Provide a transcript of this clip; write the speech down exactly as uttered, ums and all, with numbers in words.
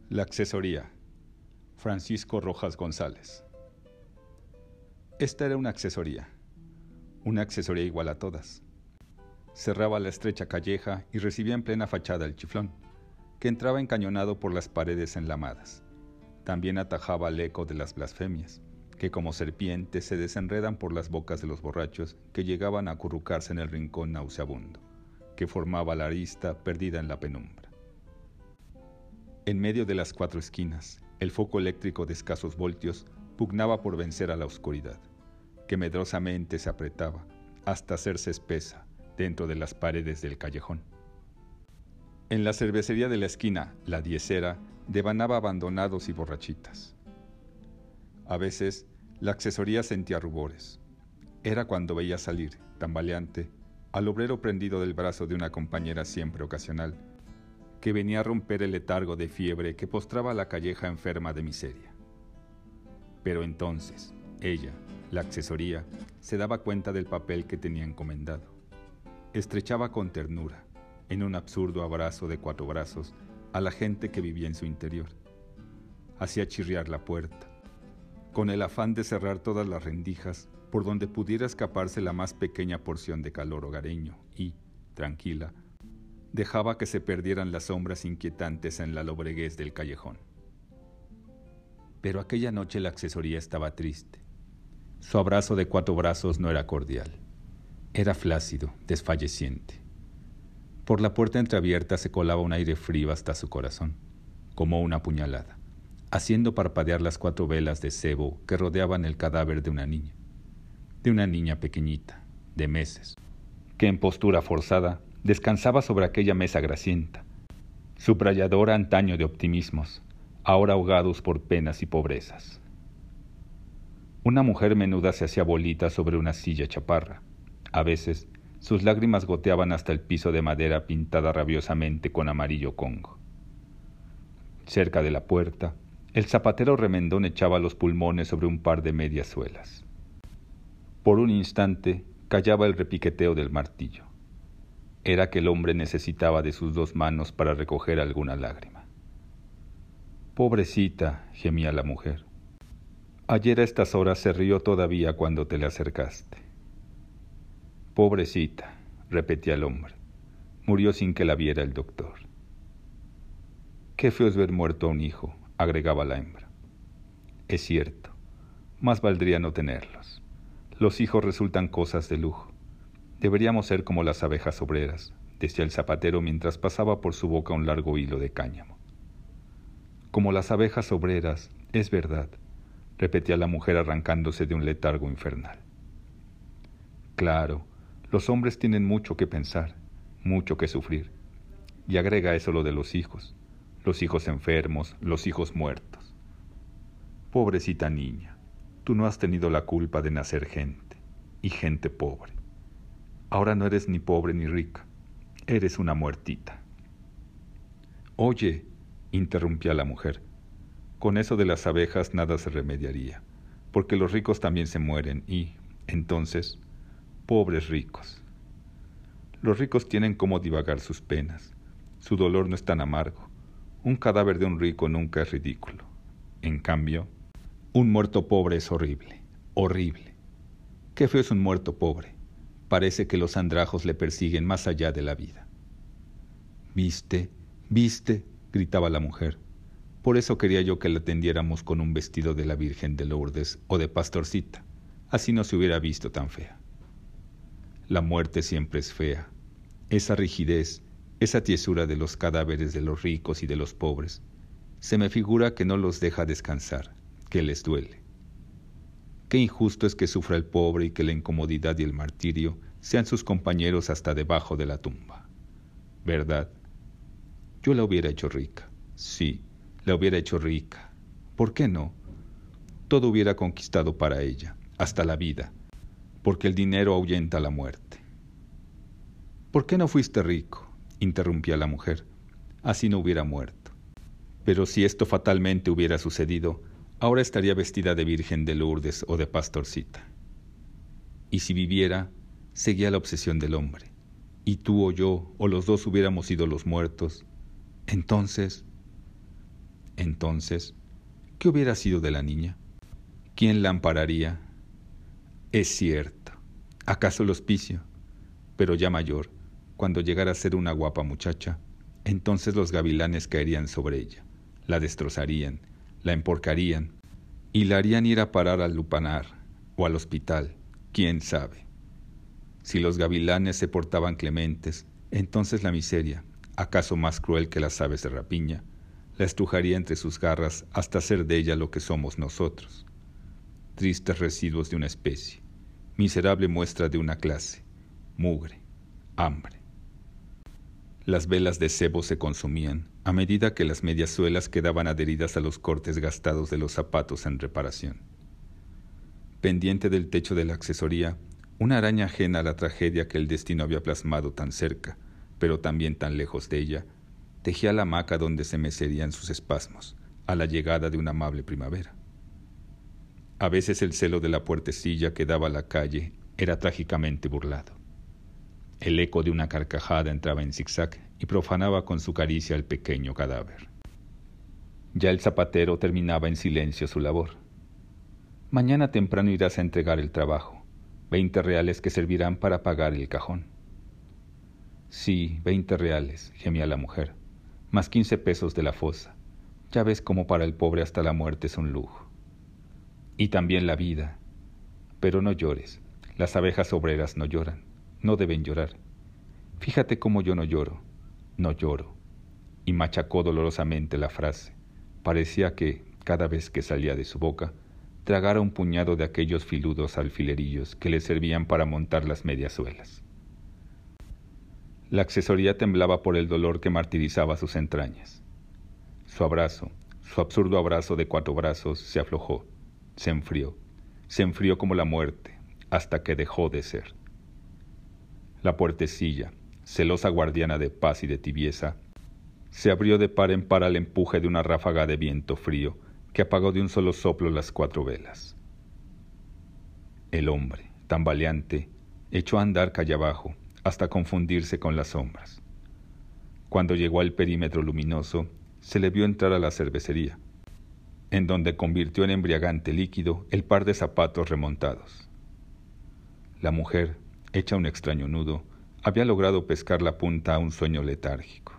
La accesoría. Francisco Rojas González. Esta era una accesoría, una accesoría igual a todas. Cerraba la estrecha calleja y recibía en plena fachada el chiflón, que entraba encañonado por las paredes enlamadas. También atajaba el eco de las blasfemias, que como serpientes se desenredan por las bocas de los borrachos que llegaban a acurrucarse en el rincón nauseabundo, que formaba la arista perdida en la penumbra. En medio de las cuatro esquinas, el foco eléctrico de escasos voltios pugnaba por vencer a la oscuridad, que medrosamente se apretaba hasta hacerse espesa dentro de las paredes del callejón. En la cervecería de la esquina, la diezera, devanaba abandonados y borrachitas. A veces, la accesoría sentía rubores. Era cuando veía salir, tambaleante, al obrero prendido del brazo de una compañera siempre ocasional, que venía a romper el letargo de fiebre que postraba a la calleja enferma de miseria. Pero entonces, ella, la accesoría, se daba cuenta del papel que tenía encomendado. Estrechaba con ternura, en un absurdo abrazo de cuatro brazos, a la gente que vivía en su interior. Hacía chirriar la puerta, con el afán de cerrar todas las rendijas por donde pudiera escaparse la más pequeña porción de calor hogareño y, tranquila, dejaba que se perdieran las sombras inquietantes en la lobreguez del callejón. Pero aquella noche la accesoría estaba triste. Su abrazo de cuatro brazos no era cordial. Era flácido, desfalleciente. Por la puerta entreabierta se colaba un aire frío hasta su corazón, como una puñalada, haciendo parpadear las cuatro velas de sebo que rodeaban el cadáver de una niña. De una niña pequeñita, de meses, que en postura forzada descansaba sobre aquella mesa grasienta, subrayadora antaño de optimismos, ahora ahogados por penas y pobrezas. Una mujer menuda se hacía bolita sobre una silla chaparra. A veces, sus lágrimas goteaban hasta el piso de madera pintada rabiosamente con amarillo congo. Cerca de la puerta, el zapatero remendón echaba los pulmones sobre un par de medias suelas. Por un instante, callaba el repiqueteo del martillo. Era que el hombre necesitaba de sus dos manos para recoger alguna lágrima. «Pobrecita», gemía la mujer. «Ayer a estas horas se rió todavía cuando te le acercaste». «Pobrecita», repetía el hombre. «Murió sin que la viera el doctor». «Qué feo es ver muerto a un hijo», agregaba la hembra. «Es cierto, más valdría no tenerlos. Los hijos resultan cosas de lujo. Deberíamos ser como las abejas obreras», decía el zapatero mientras pasaba por su boca un largo hilo de cáñamo. «Como las abejas obreras, es verdad», repetía la mujer arrancándose de un letargo infernal. «Claro, los hombres tienen mucho que pensar, mucho que sufrir. Y agrega eso lo de los hijos, los hijos enfermos, los hijos muertos. Pobrecita niña, tú no has tenido la culpa de nacer gente, y gente pobre. Ahora no eres ni pobre ni rica, eres una muertita». «Oye», interrumpía la mujer, «con eso de las abejas nada se remediaría, porque los ricos también se mueren y, entonces, pobres ricos. Los ricos tienen cómo divagar sus penas, su dolor no es tan amargo, un cadáver de un rico nunca es ridículo. En cambio, un muerto pobre es horrible, horrible. Qué feo es un muerto pobre. Parece que los andrajos le persiguen más allá de la vida». «¿Viste? ¿Viste?», gritaba la mujer. «Por eso quería yo que la atendiéramos con un vestido de la Virgen de Lourdes o de Pastorcita. Así no se hubiera visto tan fea». La muerte siempre es fea. Esa rigidez, esa tiesura de los cadáveres de los ricos y de los pobres, se me figura que no los deja descansar, que les duele. Qué injusto es que sufra el pobre y que la incomodidad y el martirio sean sus compañeros hasta debajo de la tumba. ¿Verdad? Yo la hubiera hecho rica. Sí, la hubiera hecho rica. ¿Por qué no? Todo hubiera conquistado para ella, hasta la vida, porque el dinero ahuyenta la muerte». «¿Por qué no fuiste rico?», interrumpía la mujer. «Así no hubiera muerto. Pero si esto fatalmente hubiera sucedido, ahora estaría vestida de Virgen de Lourdes o de Pastorcita. Y si viviera, seguía la obsesión del hombre. Y tú o yo, o los dos hubiéramos sido los muertos. Entonces, Entonces, ¿qué hubiera sido de la niña? ¿Quién la ampararía? Es cierto. ¿Acaso el hospicio? Pero ya mayor, cuando llegara a ser una guapa muchacha, entonces los gavilanes caerían sobre ella, la destrozarían, la emporcarían y la harían ir a parar al lupanar o al hospital, quién sabe. Si los gavilanes se portaban clementes, entonces la miseria, acaso más cruel que las aves de rapiña, la estrujaría entre sus garras hasta hacer de ella lo que somos nosotros. Tristes residuos de una especie, miserable muestra de una clase, mugre, hambre. Las velas de sebo se consumían a medida que las mediasuelas quedaban adheridas a los cortes gastados de los zapatos en reparación. Pendiente del techo de la accesoría, una araña ajena a la tragedia que el destino había plasmado tan cerca, pero también tan lejos de ella, tejía la hamaca donde se mecerían sus espasmos, a la llegada de una amable primavera. A veces el celo de la puertecilla que daba a la calle era trágicamente burlado. El eco de una carcajada entraba en zigzag y profanaba con su caricia el pequeño cadáver. Ya el zapatero terminaba en silencio su labor. Mañana temprano irás a entregar el trabajo. Veinte reales que servirán para pagar el cajón. Sí, veinte reales, gemía la mujer, más quince pesos de la fosa. Ya ves cómo para el pobre hasta la muerte es un lujo. Y también la vida. Pero no llores, las abejas obreras no lloran, no deben llorar. Fíjate cómo yo no lloro, no lloro. Y machacó dolorosamente la frase. Parecía que, cada vez que salía de su boca, tragara un puñado de aquellos filudos alfilerillos que le servían para montar las mediasuelas. La accesoría temblaba por el dolor que martirizaba sus entrañas. Su abrazo, su absurdo abrazo de cuatro brazos, se aflojó, se enfrió, se enfrió como la muerte, hasta que dejó de ser. La puertecilla, celosa guardiana de paz y de tibieza, se abrió de par en par al empuje de una ráfaga de viento frío que apagó de un solo soplo las cuatro velas. El hombre, tambaleante, echó a andar calle abajo hasta confundirse con las sombras. Cuando llegó al perímetro luminoso, se le vio entrar a la cervecería, en donde convirtió en embriagante líquido el par de zapatos remontados. La mujer, hecha un extraño nudo, había logrado pescar la punta a un sueño letárgico.